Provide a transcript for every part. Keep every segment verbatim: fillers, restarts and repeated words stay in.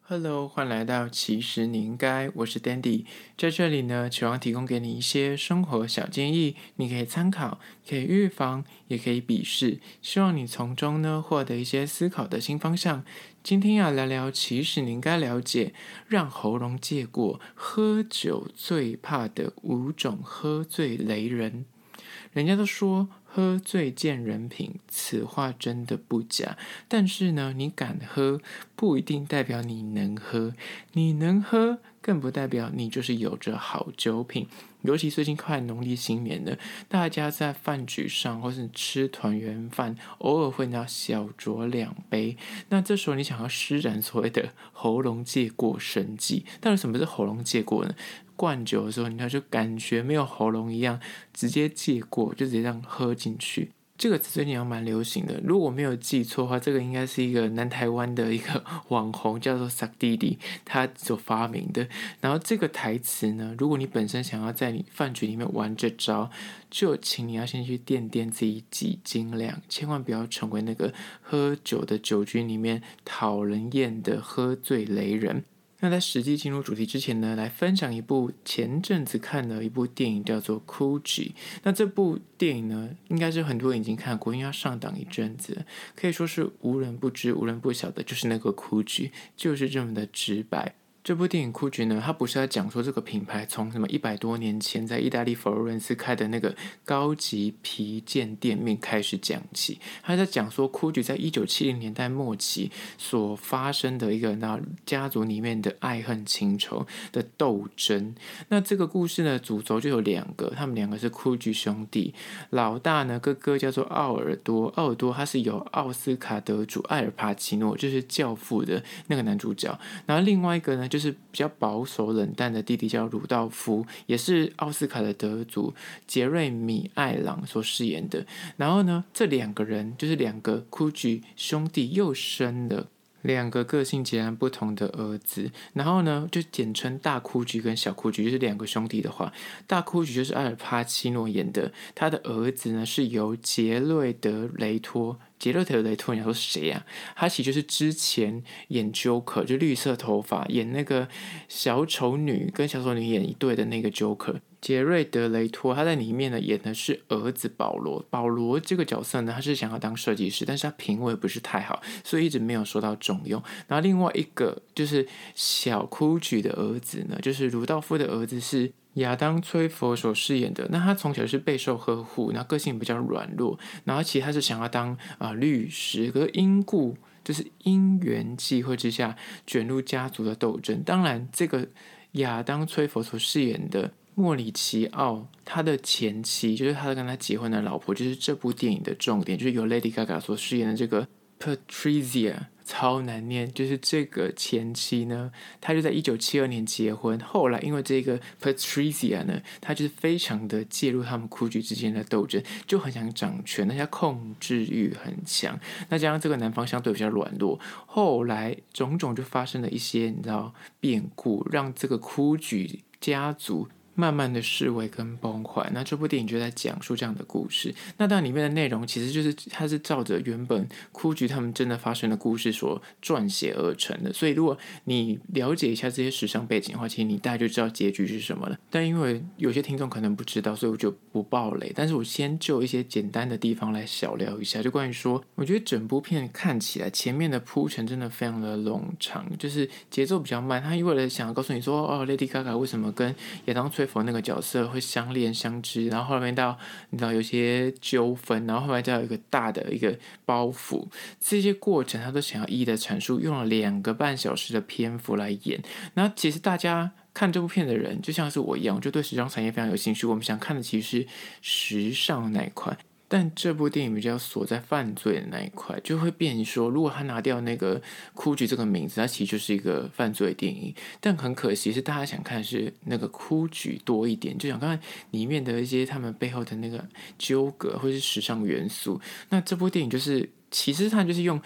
Hello，欢迎来到其实你应该，我是 Dandy，在这里呢，期望提供给你一些生活小建议，你可以参考，可以预防，也可以鄙视，希望你从中呢获得一些思考的新方向。今天要聊聊，其实你应该了解，让喉咙借过，喝酒最怕的五种喝醉雷人。人家都说喝醉见人品，此话真的不假。但是呢，你敢喝，不一定代表你能喝；你能喝，更不代表你就是有着好酒品。尤其最近快农历新年了，大家在饭局上或是吃团圆饭，偶尔会拿小酌两杯。那这时候你想要施展所谓的喉咙借过神技，到底什么是喉咙借过呢？灌酒的时候，你看就感觉没有喉咙一样，直接借过，就直接这样喝进去。这个词最近也蛮流行的，如果没有记错的话，这个应该是一个南台湾的一个网红，叫做 Sak Didi， 他所发明的。然后这个台词呢，如果你本身想要在你饭局里面玩这招，就请你要先去掂掂自己几斤两，千万不要成为那个喝酒的酒局里面讨人厌的喝醉雷人。那在实际进入主题之前呢，来分享一部前阵子看的一部电影，叫做《Gucci》。那这部电影呢，应该是很多人已经看过，因为它上档一阵子，可以说是无人不知、无人不晓的，就是那个 Gucci， 就是这么的直白。这部电影《Gucci》呢，它不是在讲说这个品牌从什么一百多年前在意大利佛罗伦斯开的那个高级皮件店面开始讲起，它在讲说 Gucci 在一九七零年代末期所发生的一个那家族里面的爱恨情仇的斗争。那这个故事呢，主轴就有两个，他们两个是 Gucci 兄弟，老大呢哥哥叫做奥尔多，奥尔多他是由奥斯卡得主艾尔帕奇诺，就是教父的那个男主角，然后另外一个呢就就是比较保守冷淡的弟弟叫鲁道夫，也是奥斯卡的得主杰瑞米·艾朗所饰演的。然后呢，这两个人就是两个 Gucci 兄弟又生了两个个性截然不同的儿子，然后呢，就简称大库局跟小库局，就是两个兄弟的话，大库局就是埃尔帕西诺演的，他的儿子呢是由杰瑞德雷托。杰瑞德雷托，你说谁呀、啊？他其实就是之前演 Joker， 就绿色头发，演那个小丑女跟小丑女演一对的那个 Joker。杰瑞德雷托他在里面呢演的是儿子保罗，保罗这个角色呢，他是想要当设计师，但是他品味不是太好，所以一直没有受到重用。然后另外一个就是小库举的儿子呢，就是鲁道夫的儿子是亚当·崔佛所饰演的。那他从小是备受呵护，然后个性比较软弱，然后其实他是想要当啊、呃、律师，可是因故就是因缘际会之下卷入家族的斗争。当然，这个亚当·崔佛所饰演的莫里奇奥，他的前妻就是他跟他结婚的老婆，就是这部电影的重点，就是由 Lady Gaga 所饰演的这个 Patricia， 超难念，就是这个前妻呢，她就在一九七二年结婚，后来因为这个 Patricia 呢，她就是非常的介入他们 Gucci 之间的斗争，就很想掌权，而且控制欲很强。那加上这个男方相对比较软弱，后来种种就发生了一些你知道变故，让这个 Gucci 家族慢慢的示威跟崩坏。那这部电影就在讲述这样的故事。那当然里面的内容其实就是它是照着原本Gucci他们真的发生的故事所撰写而成的，所以如果你了解一下这些时尚背景的话，其实你大概就知道结局是什么了。但因为有些听众可能不知道，所以我就不爆雷，但是我先就一些简单的地方来小聊一下，就关于说我觉得整部片看起来前面的铺陈真的非常的冗长，就是节奏比较慢。他为了想要告诉你说哦 Lady Gaga 为什么跟亚当崔佛那个角色会相恋相知，然后后面到你知道有些纠纷，然后后面再有一个大的一个包袱，这些过程他都想要一一的阐述，用了两个半小时的篇幅来演。那其实大家看这部片的人就像是我一样，就对时尚产业非常有兴趣，我们想看的其实是时尚那一块，但这部电影比较锁在犯罪的那一块，就会变成说，如果他拿掉那个 Gucci 这个名字，它其实就是一个犯罪电影。但很可惜是，大家想看的是那个 Gucci 多一点，就想看里面的一些他们背后的那个纠葛或是时尚元素。那这部电影就是，其实它就是用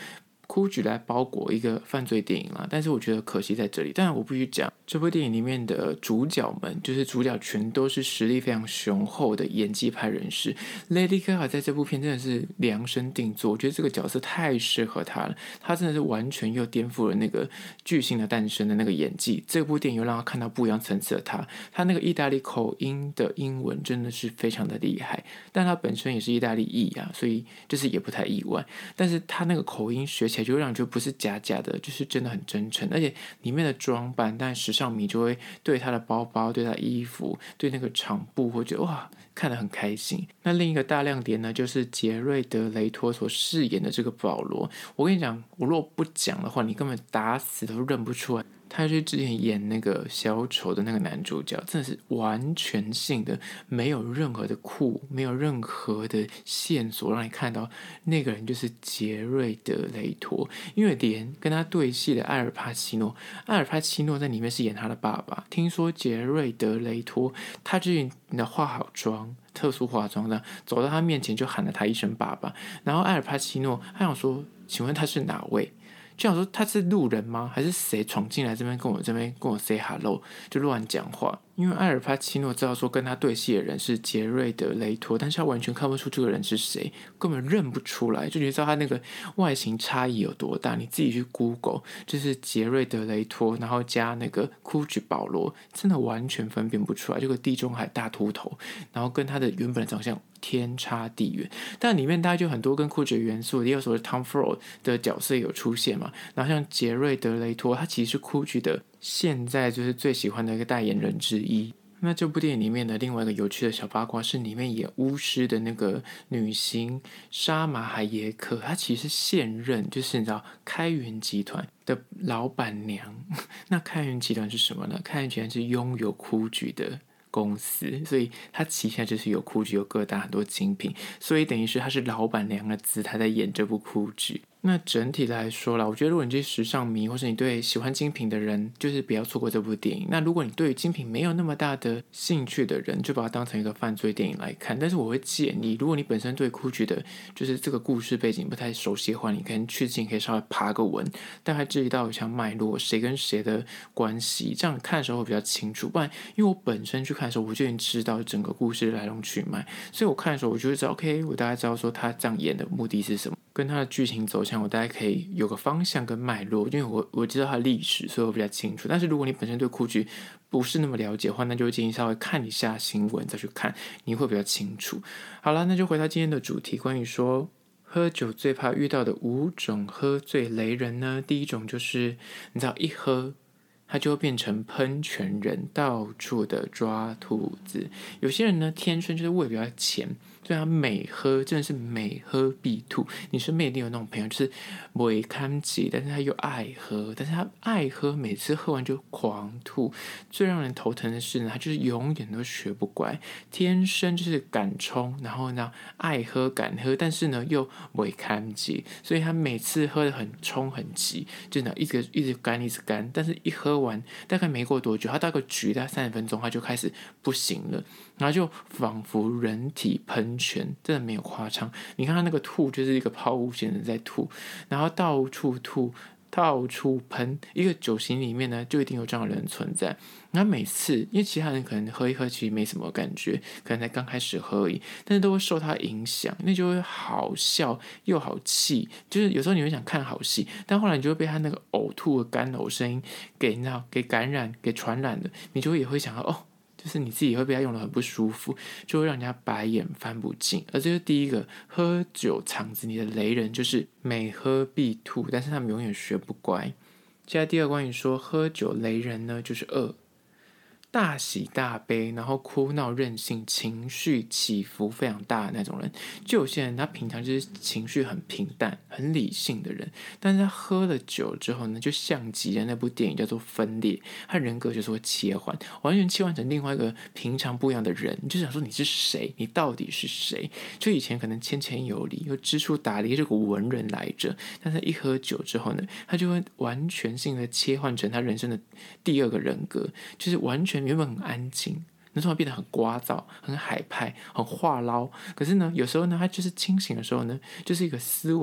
酷局来包裹一个犯罪电影啦，但是我觉得可惜在这里。当然我必须讲，这部电影里面的主角们，就是主角全都是实力非常雄厚的演技派人士。Lady Gaga 在这部片真的是量身定做，我觉得这个角色太适合她了，她真的是完全又颠覆了那个巨星的诞生的那个演技。这部电影又让她看到不一样层次的她，她那个意大利口音的英文真的是非常的厉害，但她本身也是意大利裔啊，所以就是也不太意外。但是她那个口音学起来就会让你觉得不是假假的，就是真的很真诚，而且里面的装扮，但时尚迷就会对她的包包、对她的衣服、对那个场布，会觉得哇，看得很开心。那另一个大亮点呢，就是杰瑞德雷托所饰演的这个保罗。我跟你讲，我如果不讲的话，你根本打死都认不出来。他就是之前演那个小丑的那个男主角，真的是完全性的没有任何的酷，没有任何的线索让你看到那个人就是杰瑞德雷托。因为连跟他对戏的艾尔帕西诺，艾尔帕西诺在里面是演他的爸爸。听说杰瑞德雷托他就是你的化好妆，特殊化妆的，走到他面前就喊了他一声爸爸。然后艾尔帕西诺他想说，请问他是哪位？就想说他是路人吗？还是谁闯进来这边跟我这边跟我 say hello， 就乱讲话。因为艾尔帕奇诺知道说跟他对戏的人是杰瑞德雷托，但是他完全看不出这个人是谁，根本认不出来，就觉得知道他那个外形差异有多大。你自己去 Google， 就是杰瑞德雷托，然后加那个库奇保罗，真的完全分辨不出来。这个地中海大秃头，然后跟他的原本的长相天差地远。但里面大概就很多跟库奇的元素，也有所谓 Tom Ford 的角色有出现嘛。然后像杰瑞德雷托，他其实是库奇的现在就是最喜欢的一个代言人之一。那这部电影里面的另外一个有趣的小八卦是，里面演巫师的那个女星莎玛海耶克，她其实是现任就是你知道开云集团的老板娘。那开云集团是什么呢？开云集团是拥有酷局的公司，所以他旗下就是有酷局，有各大很多精品，所以等于是他是老板娘的姿态在演这部酷局。那整体来说啦，我觉得如果你是时尚迷，或是你对喜欢精品的人，就是不要错过这部电影。那如果你对于精品没有那么大的兴趣的人，就把它当成一个犯罪电影来看。但是我会建议，如果你本身对酷局的就是这个故事背景不太熟悉的话，你可能去之前可以稍微爬个文，大概知道一下脉络，谁跟谁的关系，这样看的时候会比较清楚。不然因为我本身去看的时候，我就已经知道整个故事的来龙去脉，所以我看的时候我就会知道 OK， 我大概知道说他这样演的目的是什么，跟他的剧情走向我大概可以有个方向跟脉络，因为我我知道他的历史，所以我比较清楚。但是如果你本身对酷剧不是那么了解的话，那就会建议稍微看一下新闻再去看，你会比较清楚。好了，那就回到今天的主题，关于说喝酒最怕遇到的五种喝醉雷人呢。第一种就是你知道一喝他就会变成喷泉人，到处的抓兔子。有些人呢天生就是胃比较浅，所以他每喝真的是每喝必吐。你身边一定有那种朋友，就是不会看起，但是他又爱喝，但是他爱喝，每次喝完就狂吐。最让人头疼的是呢，他就是永远都学不乖，天生就是敢冲，然后呢爱喝敢喝，但是呢又不会看起，所以他每次喝得很冲很急，就呢一直一直干一直干，但是一喝完大概没过多久，他大概举大概三十分钟，他就开始不行了，然后就仿佛人体喷泉，真的没有夸张。你看他那个吐就是一个抛物线的在吐，然后到处吐到处喷，一个酒型里面呢就一定有这样的人存在。然后每次因为其他人可能喝一喝其实没什么感觉，可能才刚开始喝而已，但是都会受他影响，那就会好笑又好气。就是有时候你会想看好戏，但后来你就会被他那个呕吐的干呕声音给你知道给感染给传染了，你就会也会想到哦，就是你自己会被他用得很不舒服，就会让人家白眼翻不尽。而这就是第一个喝酒场子里的雷人，就是每喝必吐，但是他们永远学不乖。接下来第二关于说喝酒雷人呢，就是二大喜大悲，然后哭闹任性，情绪起伏非常大的那种人。就有些人他平常就是情绪很平淡很理性的人，但是他喝了酒之后呢，就像极了那部电影叫做《分裂》，他人格就是会切换，完全切换成另外一个平常不一样的人。你就想说你是谁，你到底是谁？就以前可能谦谦有礼又知书达理这个文人来着，但是一喝酒之后呢，他就会完全性的切换成他人生的第二个人格，就是完全原本很安静，那突然变得很聒噪、很海派、很话唠。可是呢，有时候呢，他就是清醒的时候呢，就是一个斯文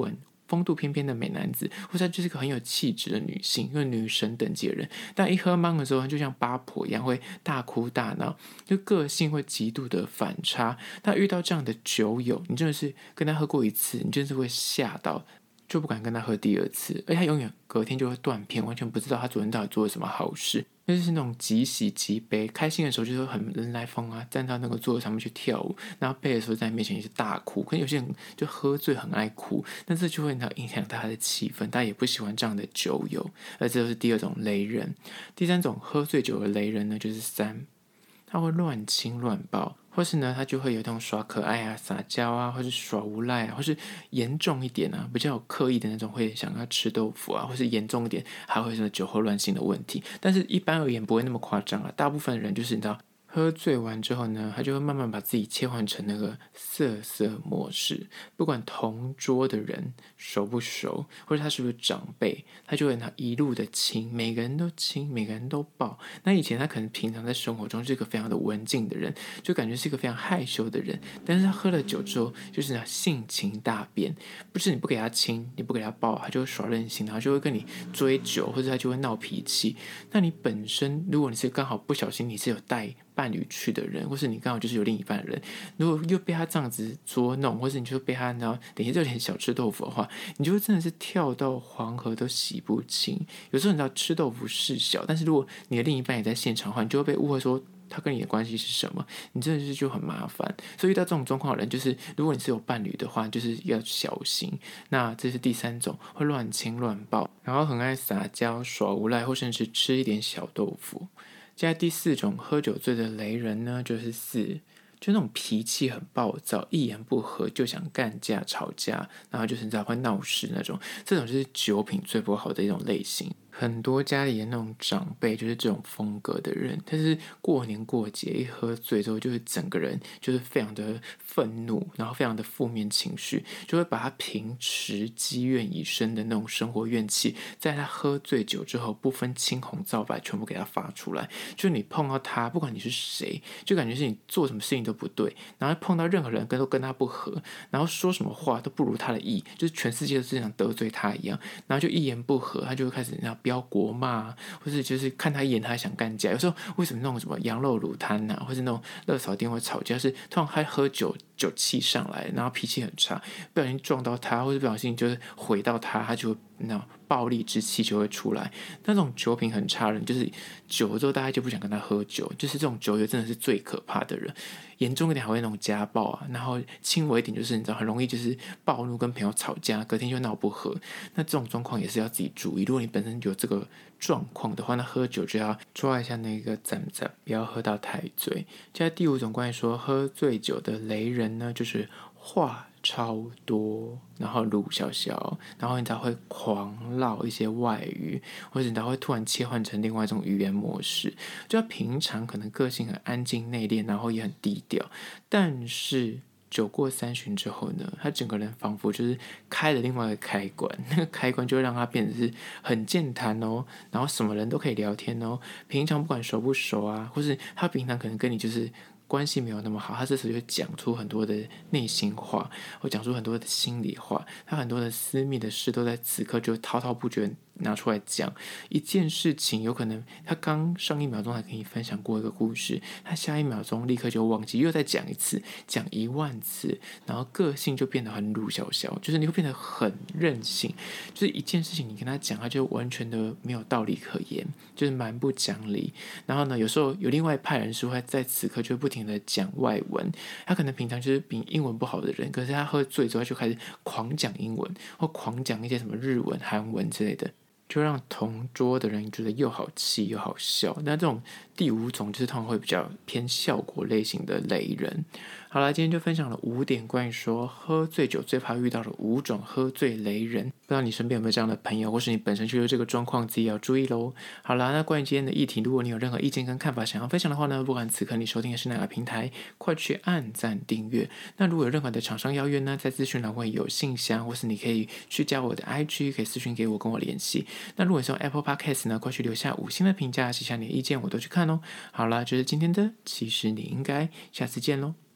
风度翩翩的美男子，或者他就是一个很有气质的女性，一个女神等级的人，但一喝懵的时候，就像八婆一样会大哭大闹，就个性会极度的反差。那遇到这样的酒友，你真的是跟他喝过一次，你真的是会吓到，就不敢跟他喝第二次，而且他永远隔天就会断片，完全不知道他昨天到底做了什么好事。就是那种即喜即悲，开心的时候就是很人来疯啊，站到那个座位上面去跳舞，然后悲的时候在你面前也是大哭。可能有些人就喝醉很爱哭，但这就会影响他的气氛，大家也不喜欢这样的酒友。而这就是第二种雷人。第三种喝醉酒的雷人呢，就是三，他会乱亲乱抱。或是呢，他就会有那种耍可爱啊、撒娇啊，或是耍无赖啊，或是严重一点啊，比较有刻意的那种，会想要吃豆腐啊，或是严重一点，还会有什么酒后乱性的问题。但是一般而言不会那么夸张啊，大部分人就是你知道。喝醉完之后呢，他就会慢慢把自己切换成那个色色模式，不管同桌的人熟不熟，或者他是不是长辈，他就会拿一路的亲，每个人都亲，每个人都抱。那以前他可能平常在生活中是一个非常的文静的人，就感觉是一个非常害羞的人，但是他喝了酒之后，就是那性情大变，不是你不给他亲，你不给他抱，他就会耍任性，然后就会跟你追酒，或者他就会闹脾气。那你本身，如果你是刚好不小心，你是有带伴侣去的人，或是你刚好就是有另一半的人，如果又被他这样子捉弄，或是你就被他然后等一下就有点小吃豆腐的话，你就会真的是跳到黄河都洗不清。有时候你知道吃豆腐事小，但是如果你的另一半也在现场的话，你就会被误会说他跟你的关系是什么，你真的是就很麻烦。所以遇到这种状况的人，就是如果你是有伴侣的话，就是要小心。那这是第三种，会乱亲乱抱，然后很爱撒娇耍无赖，或甚至吃一点小豆腐。接下来第四种喝酒醉的雷人呢，就是四，就那种脾气很暴躁，一言不合就想干架吵架，然后就是你知道会闹事那种，这种就是酒品最不好的一种类型。很多家里的那种长辈就是这种风格的人，但是过年过节一喝醉之后，就是整个人就是非常的愤怒，然后非常的负面情绪，就会把他平时积怨已深的那种生活怨气，在他喝醉酒之后，不分青红皂白，全部给他发出来。就你碰到他，不管你是谁，就感觉是你做什么事情都不对，然后碰到任何人跟都跟他不合，然后说什么话都不如他的意，就是全世界都是想得罪他一样，然后就一言不合，他就会开始那飙国骂，或是就是看他一眼他想干架。有时候为什么那种什么羊肉卤摊啊，或是那种热炒店会吵架，是通常他喝酒酒气上来，然后脾气很差，不小心撞到他，或者不小心就是毁到他，他就会那种暴力之气就会出来。那种酒品很差的人，就是酒了之后大家就不想跟他喝酒，就是这种酒友真的是最可怕的人。严重一点还会那种家暴啊，然后轻微一点就是你知道很容易就是暴怒跟朋友吵架，隔天就闹不和。那这种状况也是要自己注意。如果你本身有这个状况的话，那喝酒就要抓一下那个攒攒，不要喝到太醉。接下来第五种关于说喝醉酒的雷人呢，就是话超多，然后鲁小小，然后你才会狂唠一些外语，或者你才会突然切换成另外一种语言模式。就他平常可能个性很安静内敛，然后也很低调，但是酒过三巡之后呢，他整个人仿佛就是开了另外一个开关，那个开关就会让他变得是很健谈哦，然后什么人都可以聊天哦。平常不管熟不熟啊，或是他平常可能跟你就是关系没有那么好，他这时候就讲出很多的内心话，或讲出很多的心里话，他很多的私密的事都在此刻就滔滔不绝拿出来讲。一件事情有可能他刚上一秒钟还跟你分享过一个故事，他下一秒钟立刻就忘记，又再讲一次，讲一万次，然后个性就变得很鲁小小，就是你会变得很任性，就是一件事情你跟他讲，他就完全的没有道理可言，就是蛮不讲理。然后呢，有时候有另外一派人是会在此刻就会不停的讲外文，他可能平常就是比英文不好的人，可是他喝醉之后就开始狂讲英文，或狂讲一些什么日文、韩文之类的，就让同桌的人觉得又好气又好笑。那这种第五种就是通常会比较偏效果类型的雷人。好了，今天就分享了五点关于说喝醉酒最怕遇到的五种喝醉雷人，不知道你身边有没有这样的朋友，或是你本身就有这个状况，自己要注意咯。好啦，那关于今天的议题，如果你有任何意见跟看法想要分享的话呢，不管此刻你收听的是哪个平台，快去按赞订阅。那如果有任何的厂商邀约呢，在资讯栏会有信箱，或是你可以去加我的 I G， 可以私讯给我跟我联系。那如果是用 Apple Podcast 呢，快去留下五星的评价，写下你的意见，我都去看哦。好啦，就是今天的，其实你应该，下次见咯。